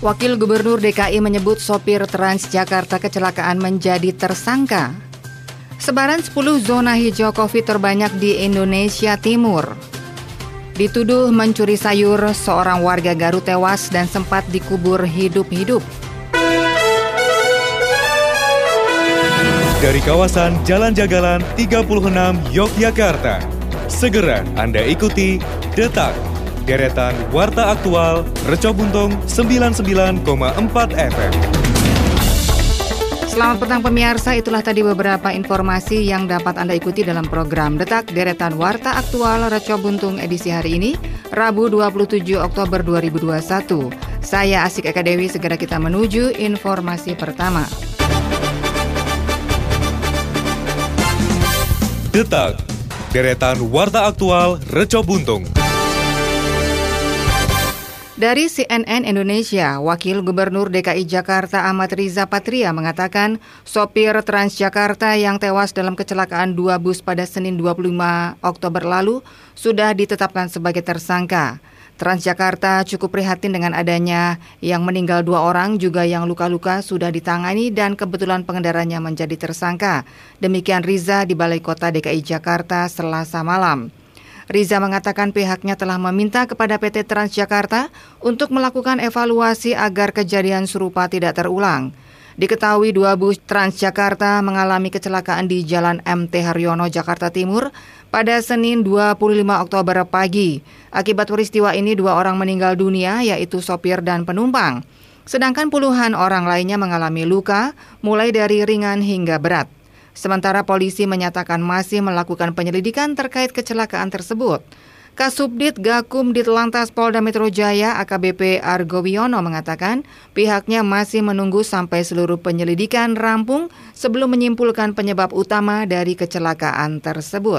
Wakil Gubernur DKI menyebut sopir Transjakarta kecelakaan menjadi tersangka. Sebaran 10 zona hijau COVID terbanyak di Indonesia Timur. Dituduh mencuri sayur, seorang warga Garut tewas dan sempat dikubur hidup-hidup. Dari kawasan Jalan Jagalan 36 Yogyakarta, segera Anda ikuti Detak, deretan Warta Aktual Reco Buntung 99,4 FM. Selamat petang pemirsa, itulah tadi beberapa informasi yang dapat Anda ikuti dalam program Detak, deretan Warta Aktual Reco Buntung edisi hari ini, Rabu 27 Oktober 2021. Saya Asik Eka Dewi, segera kita menuju informasi pertama. Detak, deretan Warta Aktual Reco Buntung. Dari CNN Indonesia, Wakil Gubernur DKI Jakarta Ahmad Riza Patria mengatakan sopir Transjakarta yang tewas dalam kecelakaan 2 bus pada Senin 25 Oktober lalu sudah ditetapkan sebagai tersangka. Transjakarta cukup prihatin dengan adanya yang meninggal 2 orang, juga yang luka-luka sudah ditangani dan kebetulan pengendaranya menjadi tersangka. Demikian Riza di Balai Kota DKI Jakarta Selasa malam. Riza mengatakan pihaknya telah meminta kepada PT Transjakarta untuk melakukan evaluasi agar kejadian serupa tidak terulang. Diketahui 2 bus Transjakarta mengalami kecelakaan di Jalan MT Haryono, Jakarta Timur pada Senin 25 Oktober pagi. Akibat peristiwa ini 2 orang meninggal dunia, yaitu sopir dan penumpang. Sedangkan puluhan orang lainnya mengalami luka, mulai dari ringan hingga berat. Sementara polisi menyatakan masih melakukan penyelidikan terkait kecelakaan tersebut. Kasubdit Gakum Ditlantas Polda Metro Jaya AKBP Argo Wiono mengatakan pihaknya masih menunggu sampai seluruh penyelidikan rampung sebelum menyimpulkan penyebab utama dari kecelakaan tersebut.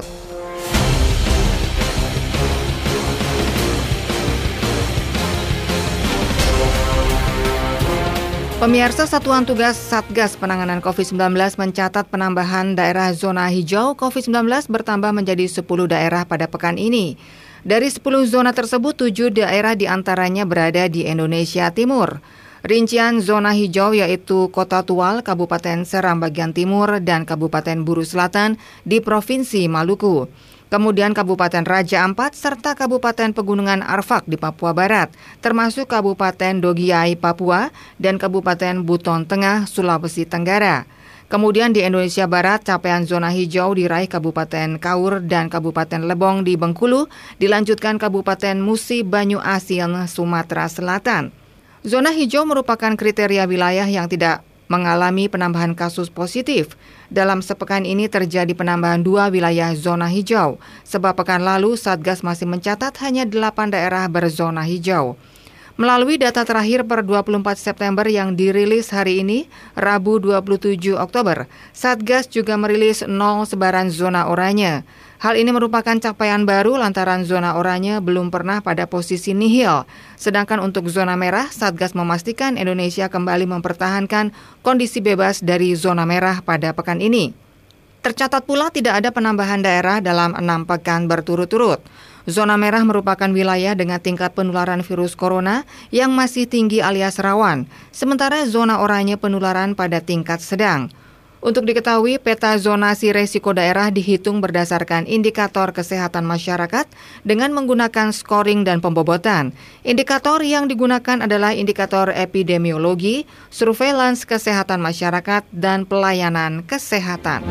Pemirsa, Satuan Tugas Satgas Penanganan COVID-19 mencatat penambahan daerah zona hijau COVID-19 bertambah menjadi 10 daerah pada pekan ini. Dari 10 zona tersebut, 7 daerah diantaranya berada di Indonesia Timur. Rincian zona hijau yaitu Kota Tual, Kabupaten Seram bagian timur, dan Kabupaten Buru Selatan di Provinsi Maluku. Kemudian Kabupaten Raja Ampat serta Kabupaten Pegunungan Arfak di Papua Barat, termasuk Kabupaten Dogiai, Papua, dan Kabupaten Buton Tengah, Sulawesi Tenggara. Kemudian di Indonesia Barat, capaian zona hijau diraih Kabupaten Kaur dan Kabupaten Lebong di Bengkulu, dilanjutkan Kabupaten Musi Banyu Asin, Sumatera Selatan. Zona hijau merupakan kriteria wilayah yang tidak mengalami penambahan kasus positif. Dalam sepekan ini terjadi penambahan 2 wilayah zona hijau. Sebab pekan lalu Satgas masih mencatat hanya 8 daerah berzona hijau. Melalui data terakhir per 24 September yang dirilis hari ini, Rabu 27 Oktober, Satgas juga merilis 0 sebaran zona oranye. Hal ini merupakan capaian baru lantaran zona oranye belum pernah pada posisi nihil. Sedangkan untuk zona merah, Satgas memastikan Indonesia kembali mempertahankan kondisi bebas dari zona merah pada pekan ini. Tercatat pula tidak ada penambahan daerah dalam 6 pekan berturut-turut. Zona merah merupakan wilayah dengan tingkat penularan virus corona yang masih tinggi alias rawan, sementara zona oranye penularan pada tingkat sedang. Untuk diketahui, peta zonasi resiko daerah dihitung berdasarkan indikator kesehatan masyarakat dengan menggunakan scoring dan pembobotan. Indikator yang digunakan adalah indikator epidemiologi, surveillance kesehatan masyarakat, dan pelayanan kesehatan.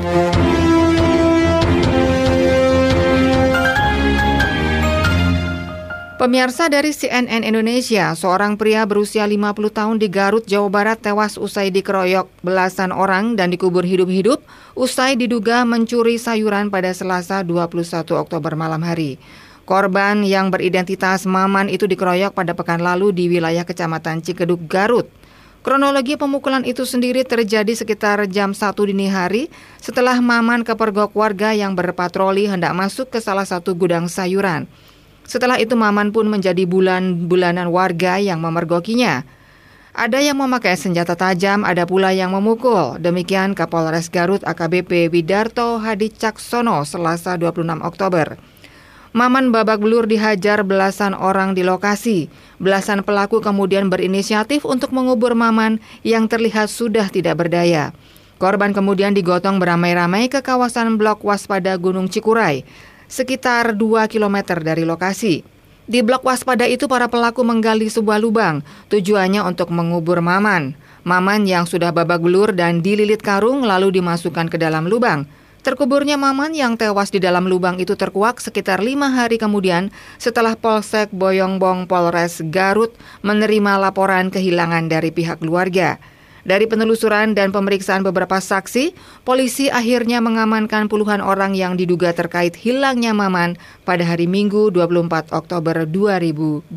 Pemirsa, dari CNN Indonesia, seorang pria berusia 50 tahun di Garut, Jawa Barat tewas usai dikeroyok belasan orang dan dikubur hidup-hidup usai diduga mencuri sayuran pada Selasa 21 Oktober malam hari. Korban yang beridentitas Maman itu dikeroyok pada pekan lalu di wilayah Kecamatan Cikedug, Garut. Kronologi pemukulan itu sendiri terjadi sekitar jam 1 dini hari setelah Maman kepergok warga yang berpatroli hendak masuk ke salah satu gudang sayuran. Setelah itu Maman pun menjadi bulan-bulanan warga yang memergokinya. Ada yang memakai senjata tajam, ada pula yang memukul. Demikian Kapolres Garut AKBP Widarto Hadi Caksono Selasa 26 Oktober. Maman babak belur dihajar belasan orang di lokasi. Belasan pelaku kemudian berinisiatif untuk mengubur Maman yang terlihat sudah tidak berdaya. Korban kemudian digotong beramai-ramai ke kawasan blok waspada Gunung Cikuray, sekitar 2 km dari lokasi. Di blok waspada itu para pelaku menggali sebuah lubang, tujuannya untuk mengubur Maman. Maman yang sudah babak belur dan dililit karung lalu dimasukkan ke dalam lubang. Terkuburnya Maman yang tewas di dalam lubang itu terkuak sekitar 5 hari kemudian setelah Polsek Boyongbong Polres Garut menerima laporan kehilangan dari pihak keluarga. Dari penelusuran dan pemeriksaan beberapa saksi, polisi akhirnya mengamankan puluhan orang yang diduga terkait hilangnya Maman pada hari Minggu 24 Oktober 2021.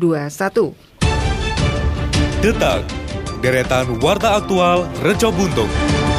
Detak, deretan warta aktual Reco Buntung.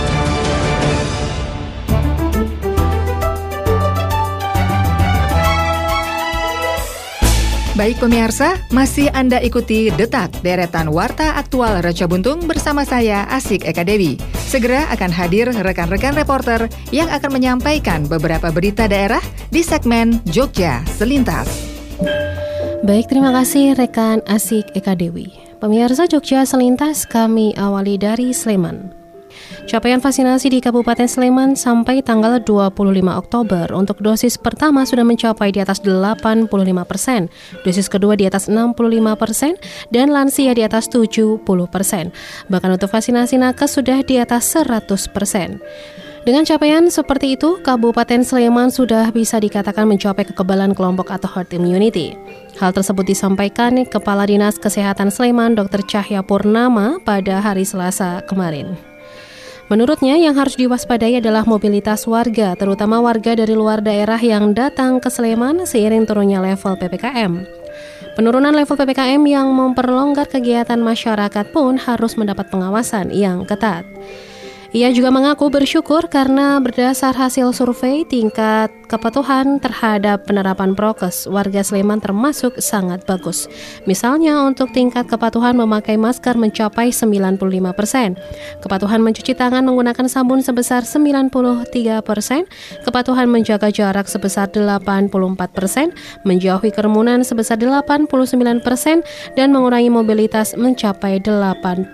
Baik pemirsa, masih Anda ikuti Detak, deretan Warta Aktual Reco Buntung bersama saya Asik Eka Dewi. Segera akan hadir rekan-rekan reporter yang akan menyampaikan beberapa berita daerah di segmen Jogja Selintas. Baik, terima kasih rekan Asik Eka Dewi. Pemirsa Jogja Selintas kami awali dari Sleman. Capaian vaksinasi di Kabupaten Sleman sampai tanggal 25 Oktober untuk dosis pertama sudah mencapai di atas 85%, dosis kedua di atas 65%, dan lansia di atas 70%. Bahkan untuk vaksinasi nakes sudah di atas 100%. Dengan capaian seperti itu, Kabupaten Sleman sudah bisa dikatakan mencapai kekebalan kelompok atau herd immunity. Hal tersebut disampaikan Kepala Dinas Kesehatan Sleman Dr. Cahya Purnama pada hari Selasa kemarin. Menurutnya, yang harus diwaspadai adalah mobilitas warga, terutama warga dari luar daerah yang datang ke Sleman seiring turunnya level PPKM. Penurunan level PPKM yang memperlonggar kegiatan masyarakat pun harus mendapat pengawasan yang ketat. Ia juga mengaku bersyukur karena berdasar hasil survei tingkat kepatuhan terhadap penerapan prokes warga Sleman termasuk sangat bagus. Misalnya untuk tingkat kepatuhan memakai masker mencapai 95%, kepatuhan mencuci tangan menggunakan sabun sebesar 93%, kepatuhan menjaga jarak sebesar 84%, menjauhi kerumunan sebesar 89%, dan mengurangi mobilitas mencapai 87%.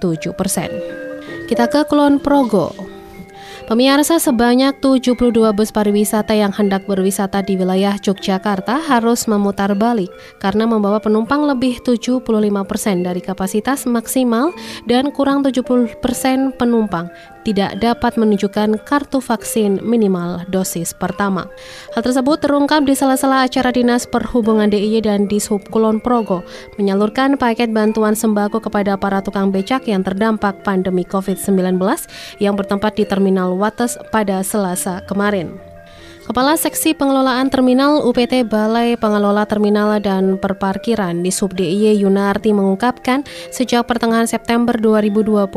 Kita ke Kulon Progo. Pemirsa, sebanyak 72 bus pariwisata yang hendak berwisata di wilayah Yogyakarta harus memutar balik karena membawa penumpang lebih 75% dari kapasitas maksimal dan kurang 70% penumpang tidak dapat menunjukkan kartu vaksin minimal dosis pertama. Hal tersebut terungkap di sela-sela acara Dinas Perhubungan DIY dan Dishub Kulon Progo menyalurkan paket bantuan sembako kepada para tukang becak yang terdampak pandemi COVID-19 yang bertempat di Terminal Wates pada Selasa kemarin. Kepala Seksi Pengelolaan Terminal UPT Balai Pengelola Terminal dan Perparkiran di Sub DIY Yunarti mengungkapkan sejak pertengahan September 2021,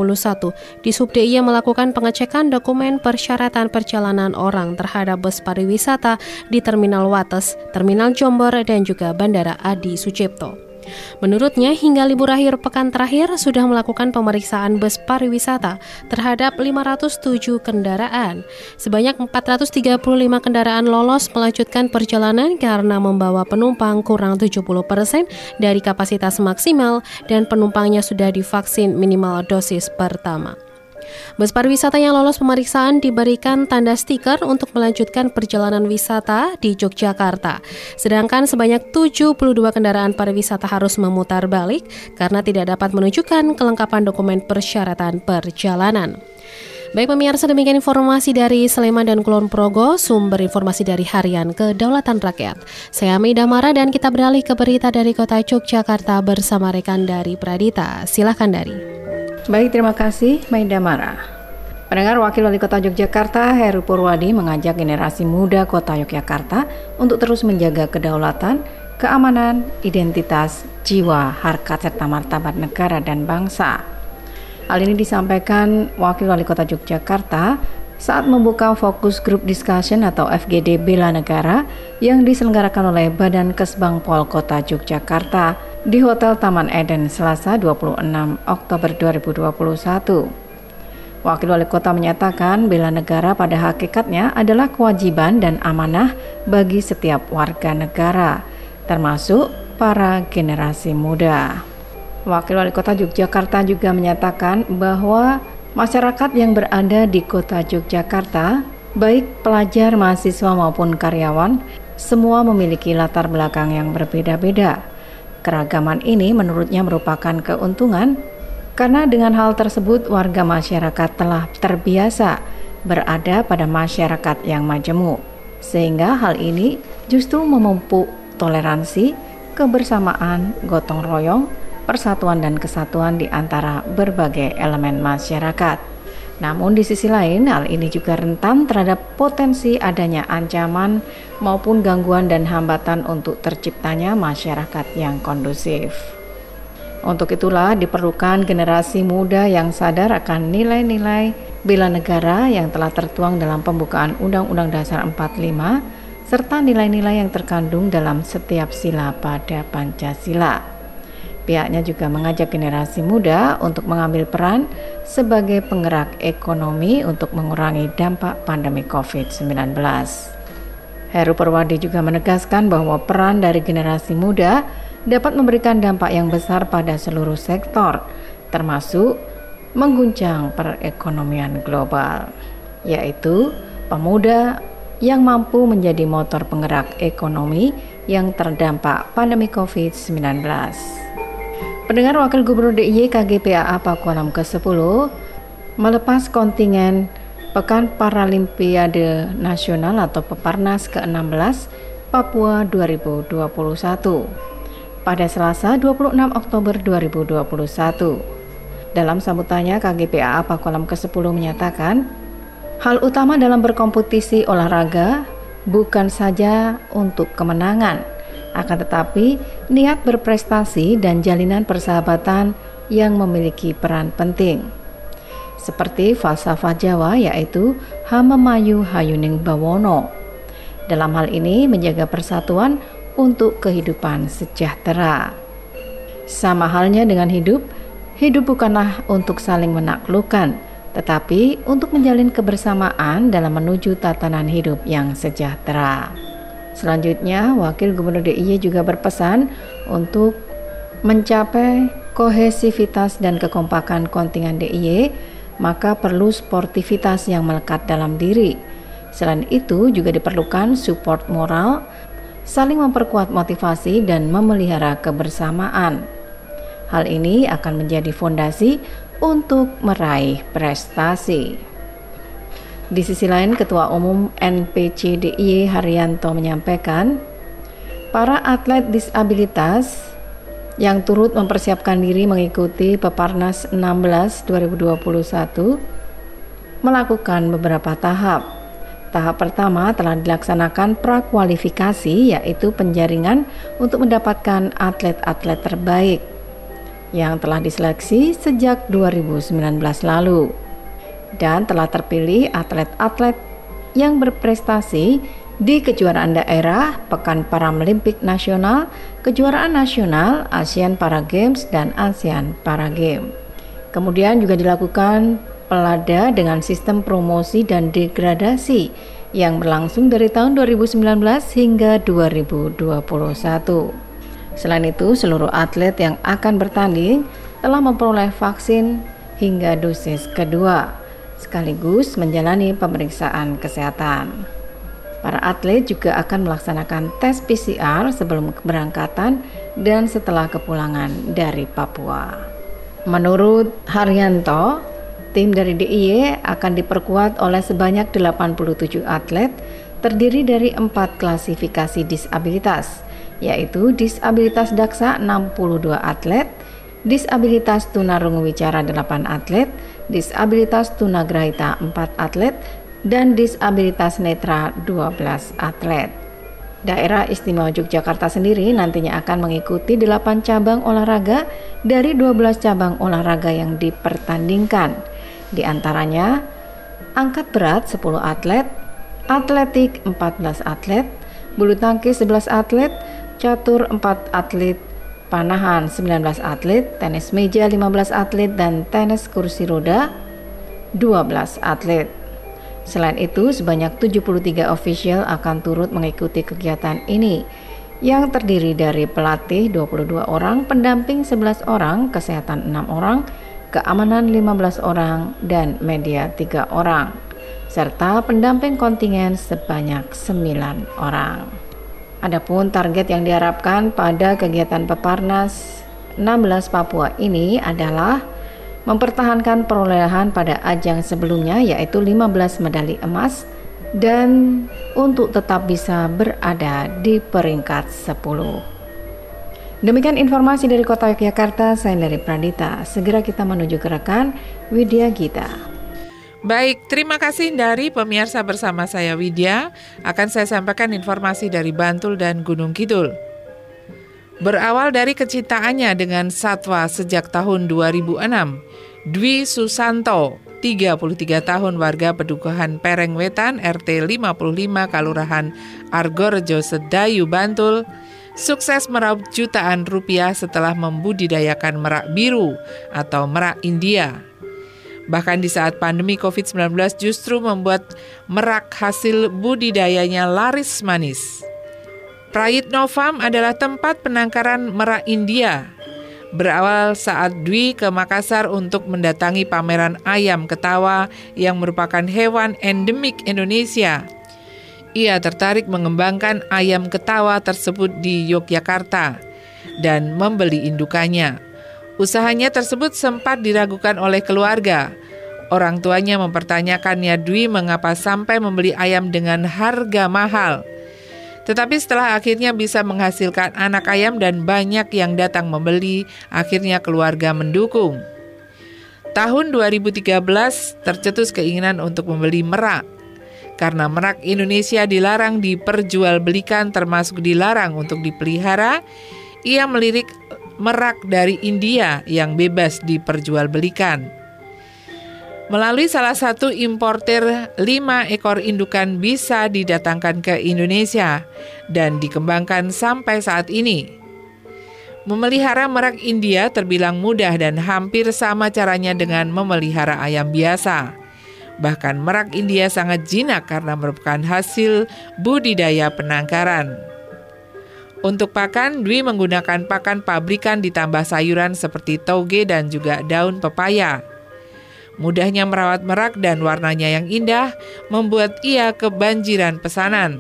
di Sub DIY melakukan pengecekan dokumen persyaratan perjalanan orang terhadap bus pariwisata di Terminal Wates, Terminal Jombor, dan juga Bandara Adi Sucipto. Menurutnya, hingga libur akhir pekan terakhir sudah melakukan pemeriksaan bus pariwisata terhadap 507 kendaraan. Sebanyak 435 kendaraan lolos melanjutkan perjalanan karena membawa penumpang kurang 70% dari kapasitas maksimal dan penumpangnya sudah divaksin minimal dosis pertama. Bus pariwisata yang lolos pemeriksaan diberikan tanda stiker untuk melanjutkan perjalanan wisata di Yogyakarta. Sedangkan sebanyak 72 kendaraan pariwisata harus memutar balik karena tidak dapat menunjukkan kelengkapan dokumen persyaratan perjalanan. Baik pemirsa, demikian informasi dari Sleman dan Kulon Progo, sumber informasi dari Harian Kedaulatan Rakyat. Saya Maida Mara dan kita beralih ke berita dari kota Yogyakarta bersama rekan dari Pradita. Silakan Dari. Baik, terima kasih Maida Mara. Pendengar, Wakil Wali Kota Yogyakarta Heru Purwadi mengajak generasi muda Kota Yogyakarta untuk terus menjaga kedaulatan, keamanan, identitas, jiwa, harkat, serta martabat negara dan bangsa. Hal ini disampaikan Wakil Wali Kota Yogyakarta saat membuka Fokus Group Discussion atau FGD Bela Negara yang diselenggarakan oleh Badan Kesbangpol Kota Yogyakarta di Hotel Taman Eden Selasa 26 Oktober 2021. Wakil Wali Kota menyatakan bela negara pada hakikatnya adalah kewajiban dan amanah bagi setiap warga negara, termasuk para generasi muda. Wakil Wali Kota Yogyakarta juga menyatakan bahwa masyarakat yang berada di Kota Yogyakarta, baik pelajar, mahasiswa maupun karyawan, semua memiliki latar belakang yang berbeda-beda. Keragaman ini menurutnya merupakan keuntungan karena dengan hal tersebut warga masyarakat telah terbiasa berada pada masyarakat yang majemuk, sehingga hal ini justru memupuk toleransi, kebersamaan, gotong royong, persatuan dan kesatuan di antara berbagai elemen masyarakat. Namun di sisi lain, hal ini juga rentan terhadap potensi adanya ancaman maupun gangguan dan hambatan untuk terciptanya masyarakat yang kondusif. Untuk itulah diperlukan generasi muda yang sadar akan nilai-nilai bela negara yang telah tertuang dalam pembukaan Undang-Undang Dasar 45 serta nilai-nilai yang terkandung dalam setiap sila pada Pancasila. Pihaknya juga mengajak generasi muda untuk mengambil peran sebagai penggerak ekonomi untuk mengurangi dampak pandemi COVID-19. Heru Purwadi juga menegaskan bahwa peran dari generasi muda dapat memberikan dampak yang besar pada seluruh sektor, termasuk mengguncang perekonomian global, yaitu pemuda yang mampu menjadi motor penggerak ekonomi yang terdampak pandemi COVID-19. Pendengar, Wakil Gubernur DIY KGPAA Pakualam ke-10 melepas kontingen Pekan Paralimpiade Nasional atau Peparnas ke-16 Papua 2021 pada Selasa 26 Oktober 2021. Dalam sambutannya, KGPAA Pakualam ke-10 menyatakan, hal utama dalam berkompetisi olahraga bukan saja untuk kemenangan, akan tetapi niat berprestasi dan jalinan persahabatan yang memiliki peran penting. Seperti falsafah Jawa, yaitu Hamemayu Hayuning Bawono. Dalam hal ini menjaga persatuan untuk kehidupan sejahtera. Sama halnya dengan hidup bukanlah untuk saling menaklukkan, tetapi untuk menjalin kebersamaan dalam menuju tatanan hidup yang sejahtera. Selanjutnya, Wakil Gubernur DIY juga berpesan untuk mencapai kohesivitas dan kekompakan kontingen DIY, maka perlu sportivitas yang melekat dalam diri. Selain itu, juga diperlukan support moral, saling memperkuat motivasi dan memelihara kebersamaan. Hal ini akan menjadi fondasi untuk meraih prestasi. Di sisi lain, Ketua Umum NPC DIY Haryanto menyampaikan, para atlet disabilitas yang turut mempersiapkan diri mengikuti Peparnas 16 2021 melakukan beberapa tahap. Tahap pertama telah dilaksanakan prakualifikasi, yaitu penjaringan untuk mendapatkan atlet-atlet terbaik yang telah diseleksi sejak 2019 lalu, dan telah terpilih atlet-atlet yang berprestasi di kejuaraan daerah, Pekan Paralimpik Nasional, kejuaraan nasional, ASEAN Para Games, dan ASEAN Para Games. Kemudian juga dilakukan pelada dengan sistem promosi dan degradasi yang berlangsung dari tahun 2019 hingga 2021. Selain itu, seluruh atlet yang akan bertanding telah memperoleh vaksin hingga dosis kedua, sekaligus menjalani pemeriksaan kesehatan. Para atlet juga akan melaksanakan tes PCR sebelum keberangkatan dan setelah kepulangan dari Papua. Menurut Haryanto, tim dari DIY akan diperkuat oleh sebanyak 87 atlet terdiri dari 4 klasifikasi disabilitas, yaitu disabilitas daksa 62 atlet, disabilitas tunarungu wicara 8 atlet, disabilitas tunagrahita 4 atlet, dan disabilitas netra 12 atlet. Daerah Istimewa Yogyakarta sendiri nantinya akan mengikuti 8 cabang olahraga dari 12 cabang olahraga yang dipertandingkan. Di antaranya angkat berat 10 atlet, atletik 14 atlet, bulu tangkis 11 atlet, catur 4 atlet, panahan 19 atlet, tenis meja 15 atlet, dan tenis kursi roda 12 atlet. Selain itu, sebanyak 73 ofisial akan turut mengikuti kegiatan ini, yang terdiri dari pelatih 22 orang, pendamping 11 orang, kesehatan 6 orang, keamanan 15 orang, dan media 3 orang, serta pendamping kontingen sebanyak 9 orang. Adapun target yang diharapkan pada kegiatan Peparnas 16 Papua ini adalah mempertahankan perolehan pada ajang sebelumnya, yaitu 15 medali emas, dan untuk tetap bisa berada di peringkat 10. Demikian informasi dari Kota Yogyakarta, saya Leri Pradita. Segera kita menuju ke rekan Widya Gita. Baik, terima kasih dari pemirsa, bersama saya Widya. Akan saya sampaikan informasi dari Bantul dan Gunung Kidul. Berawal dari kecintaannya dengan satwa sejak tahun 2006, Dwi Susanto, 33 tahun, warga Pedukuhan Perengwetan, RT 55, Kelurahan Argorejo, Sedayu, Bantul, sukses meraup jutaan rupiah setelah membudidayakan merak biru atau merak India. Bahkan di saat pandemi COVID-19 justru membuat merak hasil budidayanya laris manis. Prayitno Farm adalah tempat penangkaran merak India. Berawal saat Dwi ke Makassar untuk mendatangi pameran ayam ketawa yang merupakan hewan endemik Indonesia. Ia tertarik mengembangkan ayam ketawa tersebut di Yogyakarta dan membeli indukannya. Usahanya tersebut sempat diragukan oleh keluarga. Orang tuanya mempertanyakannya Dwi mengapa sampai membeli ayam dengan harga mahal. Tetapi setelah akhirnya bisa menghasilkan anak ayam dan banyak yang datang membeli, akhirnya keluarga mendukung. Tahun 2013 tercetus keinginan untuk membeli merak. Karena merak Indonesia dilarang diperjualbelikan termasuk dilarang untuk dipelihara, ia melirik merak dari India yang bebas diperjualbelikan. Melalui salah satu importer, 5 ekor indukan bisa didatangkan ke Indonesia dan dikembangkan sampai saat ini. Memelihara merak India terbilang mudah dan hampir sama caranya dengan memelihara ayam biasa. Bahkan merak India sangat jinak karena merupakan hasil budidaya penangkaran. Untuk pakan, Dwi menggunakan pakan pabrikan ditambah sayuran seperti toge dan juga daun pepaya. Mudahnya merawat merak dan warnanya yang indah membuat ia kebanjiran pesanan.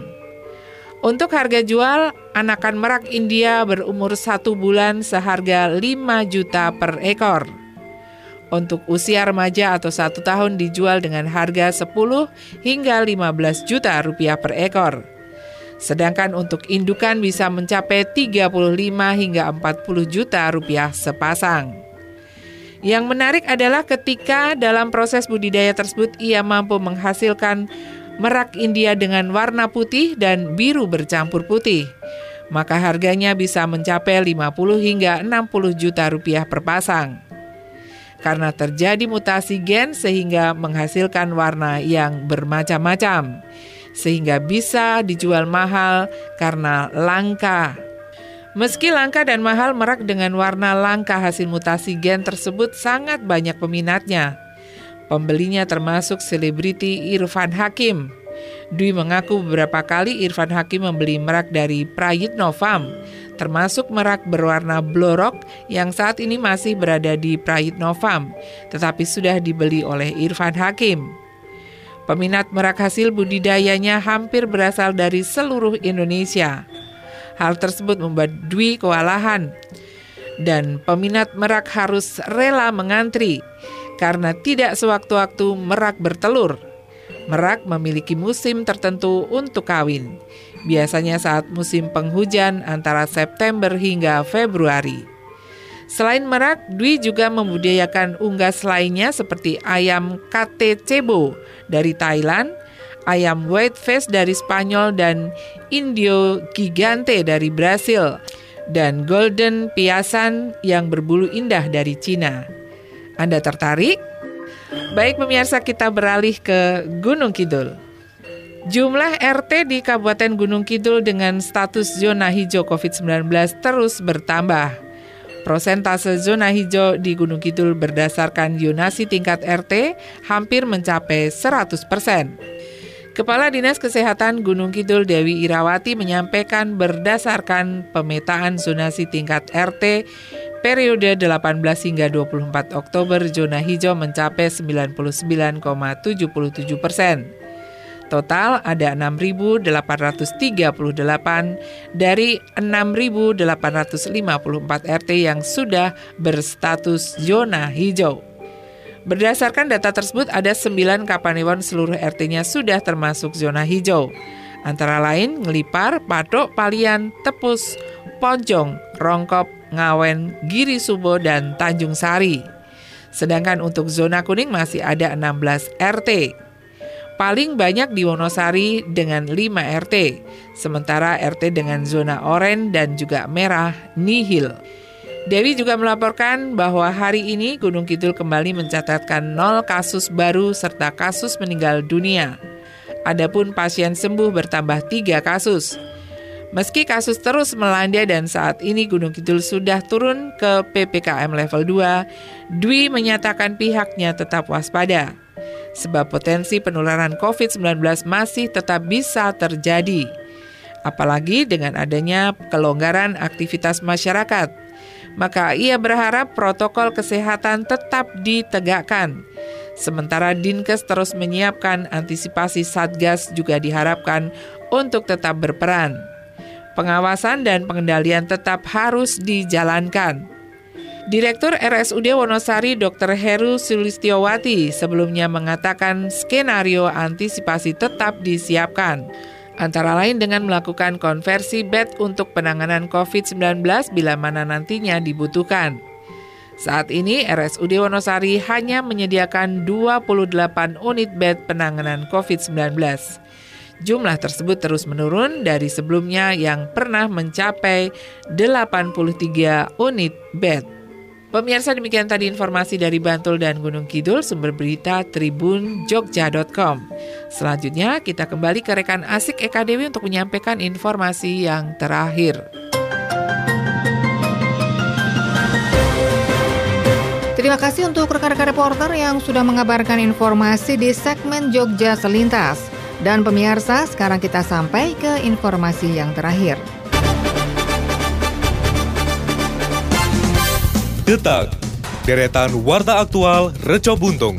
Untuk harga jual, anakan merak India berumur 1 bulan seharga 5 juta per ekor. Untuk usia remaja atau 1 tahun dijual dengan harga 10 hingga 15 juta rupiah per ekor. Sedangkan untuk indukan bisa mencapai 35 hingga 40 juta rupiah sepasang. Yang menarik adalah ketika dalam proses budidaya tersebut ia mampu menghasilkan merak India dengan warna putih dan biru bercampur putih, maka harganya bisa mencapai 50 hingga 60 juta rupiah per pasang. Karena terjadi mutasi gen sehingga menghasilkan warna yang bermacam-macam, sehingga bisa dijual mahal karena langka. Meski langka dan mahal, merak dengan warna langka hasil mutasi gen tersebut sangat banyak peminatnya. Pembelinya termasuk selebriti Irfan Hakim. Dwi mengaku beberapa kali Irfan Hakim membeli merak dari Prayitno Farm, termasuk merak berwarna blorok yang saat ini masih berada di Prayitno Farm, tetapi sudah dibeli oleh Irfan Hakim. Peminat merak hasil budidayanya hampir berasal dari seluruh Indonesia. Hal tersebut membuat Dwi kewalahan dan peminat merak harus rela mengantri karena tidak sewaktu-waktu merak bertelur. Merak memiliki musim tertentu untuk kawin, biasanya saat musim penghujan antara September hingga Februari. Selain merak, Dwi juga membudidayakan unggas lainnya seperti ayam kate cebo dari Thailand, ayam white face dari Spanyol dan Indio gigante dari Brasil, dan golden piasan yang berbulu indah dari Cina. Anda tertarik? Baik pemirsa, kita beralih ke Gunung Kidul. Jumlah RT di Kabupaten Gunung Kidul dengan status zona hijau COVID-19 terus bertambah. Prosentase zona hijau di Gunung Kidul berdasarkan zonasi tingkat RT hampir mencapai 100%. Kepala Dinas Kesehatan Gunung Kidul Dewi Irawati menyampaikan berdasarkan pemetaan zonasi tingkat RT periode 18 hingga 24 Oktober zona hijau mencapai 99,77%. Total ada 6.838 dari 6.854 RT yang sudah berstatus zona hijau. Berdasarkan data tersebut, ada 9 Kapanewon seluruh RT-nya sudah termasuk zona hijau. Antara lain Ngelipar, Patok, Palian, Tepus, Ponjong, Rongkop, Ngawen, Giri Subo, dan Tanjung Sari. Sedangkan untuk zona kuning masih ada 16 RT. Paling banyak di Wonosari dengan 5 RT, sementara RT dengan zona oranye dan juga merah nihil. Dewi juga melaporkan bahwa hari ini Gunung Kidul kembali mencatatkan 0 kasus baru serta kasus meninggal dunia. Adapun pasien sembuh bertambah 3 kasus. Meski kasus terus melandai dan saat ini Gunung Kidul sudah turun ke PPKM level 2, Dwi menyatakan pihaknya tetap waspada. Sebab potensi penularan COVID-19 masih tetap bisa terjadi. Apalagi dengan adanya kelonggaran aktivitas masyarakat. Maka ia berharap protokol kesehatan tetap ditegakkan. Sementara Dinkes terus menyiapkan antisipasi Satgas juga diharapkan untuk tetap berperan. Pengawasan dan pengendalian tetap harus dijalankan. Direktur RSUD Wonosari Dr. Heru Sulistiowati sebelumnya mengatakan skenario antisipasi tetap disiapkan. Antara lain dengan melakukan konversi bed untuk penanganan COVID-19 bila mana nantinya dibutuhkan. Saat ini RSUD Wonosari hanya menyediakan 28 unit bed penanganan COVID-19. Jumlah tersebut terus menurun dari sebelumnya yang pernah mencapai 83 unit bed. Pemirsa, demikian tadi informasi dari Bantul dan Gunung Kidul, sumber berita tribunjogja.com. Selanjutnya kita kembali ke rekan Asik Eka Dewi untuk menyampaikan informasi yang terakhir. Terima kasih untuk rekan-rekan reporter yang sudah mengabarkan informasi di segmen Jogja Selintas. Dan pemirsa, sekarang kita sampai ke informasi yang terakhir. Detak, deretan warta aktual Reco Buntung.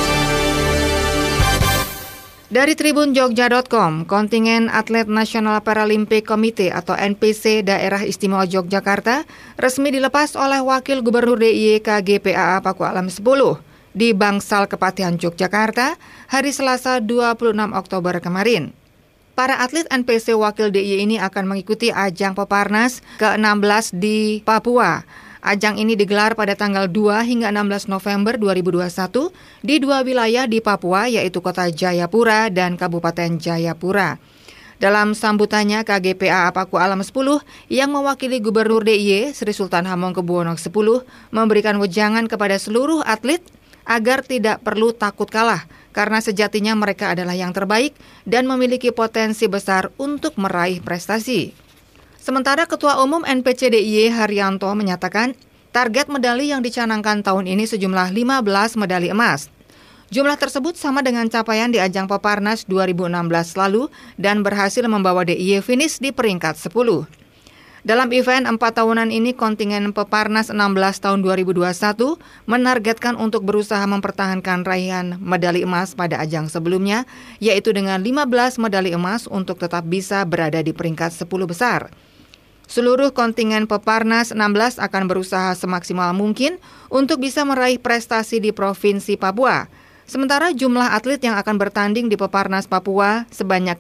Dari tribunjogja.com, kontingen Atlet Nasional Paralimpik Komite atau NPC Daerah Istimewa Yogyakarta resmi dilepas oleh Wakil Gubernur DIY KGPAA Paku Alam 10 di Bangsal Kepatihan Yogyakarta hari Selasa 26 Oktober kemarin. Para atlet NPC Wakil DIY ini akan mengikuti ajang Peparnas ke-16 di Papua. Ajang ini digelar pada tanggal 2 hingga 16 November 2021 di 2 wilayah di Papua, yaitu Kota Jayapura dan Kabupaten Jayapura. Dalam sambutannya, KGPAA Paku Alam 10 yang mewakili Gubernur DIY Sri Sultan Hamengkubuwono X memberikan wejangan kepada seluruh atlet agar tidak perlu takut kalah, karena sejatinya mereka adalah yang terbaik dan memiliki potensi besar untuk meraih prestasi. Sementara Ketua Umum NPC DIY Haryanto menyatakan target medali yang dicanangkan tahun ini sejumlah 15 medali emas. Jumlah tersebut sama dengan capaian di ajang Peparnas 2016 lalu dan berhasil membawa DIY finish di peringkat 10. Dalam event 4 tahunan ini, kontingen Peparnas 16 tahun 2021 menargetkan untuk berusaha mempertahankan raihan medali emas pada ajang sebelumnya, yaitu dengan 15 medali emas untuk tetap bisa berada di peringkat 10 besar. Seluruh kontingen Peparnas 16 akan berusaha semaksimal mungkin untuk bisa meraih prestasi di Provinsi Papua. Sementara jumlah atlet yang akan bertanding di Peparnas Papua sebanyak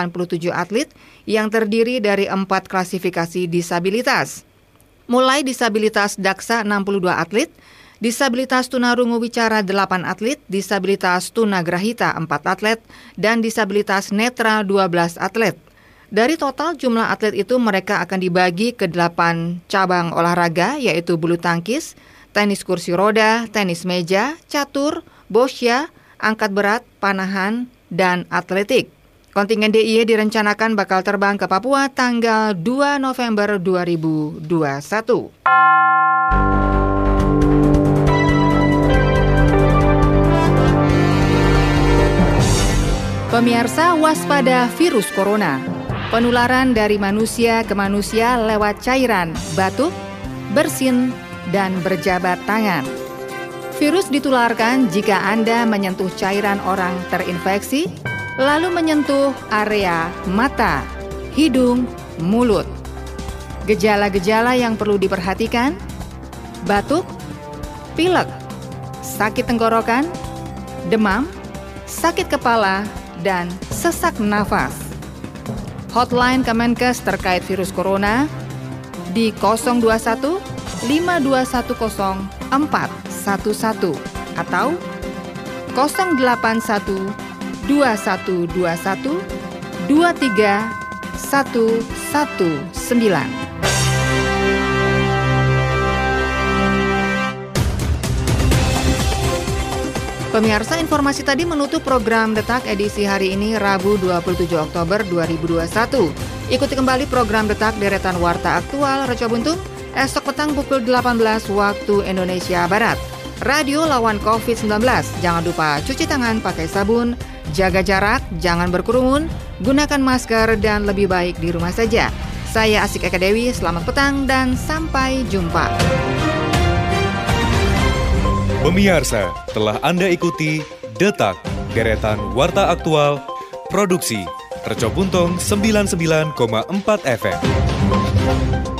87 atlet yang terdiri dari 4 klasifikasi disabilitas. Mulai disabilitas daksa 62 atlet, disabilitas tunarungu wicara 8 atlet, disabilitas tunagrahita 4 atlet, dan disabilitas netra 12 atlet. Dari total jumlah atlet itu mereka akan dibagi ke 8 cabang olahraga, yaitu bulu tangkis, tenis kursi roda, tenis meja, catur, boccia, angkat berat, panahan, dan atletik. Kontingen DIY direncanakan bakal terbang ke Papua tanggal 2 November 2021. Pemirsa, waspada virus corona. Penularan dari manusia ke manusia lewat cairan, batuk, bersin, dan berjabat tangan. Virus ditularkan jika Anda menyentuh cairan orang terinfeksi, lalu menyentuh area mata, hidung, mulut. Gejala-gejala yang perlu diperhatikan: batuk, pilek, sakit tenggorokan, demam, sakit kepala, dan sesak nafas. Hotline Kemenkes terkait virus corona di 021 5210 411 atau 081 2121 23119. Pemirsa, informasi tadi menutup program Detak edisi hari ini Rabu 27 Oktober 2021. Ikuti kembali program Detak deretan Warta Aktual Reco Buntung esok petang pukul 18 waktu Indonesia Barat. Radio lawan COVID-19. Jangan lupa cuci tangan pakai sabun, jaga jarak, jangan berkerumun, gunakan masker, dan lebih baik di rumah saja. Saya Asik Eka Dewi, selamat petang dan sampai jumpa. Pemirsa, telah Anda ikuti Detak, deretan Warta Aktual, produksi Reco Buntung 99,4 FM.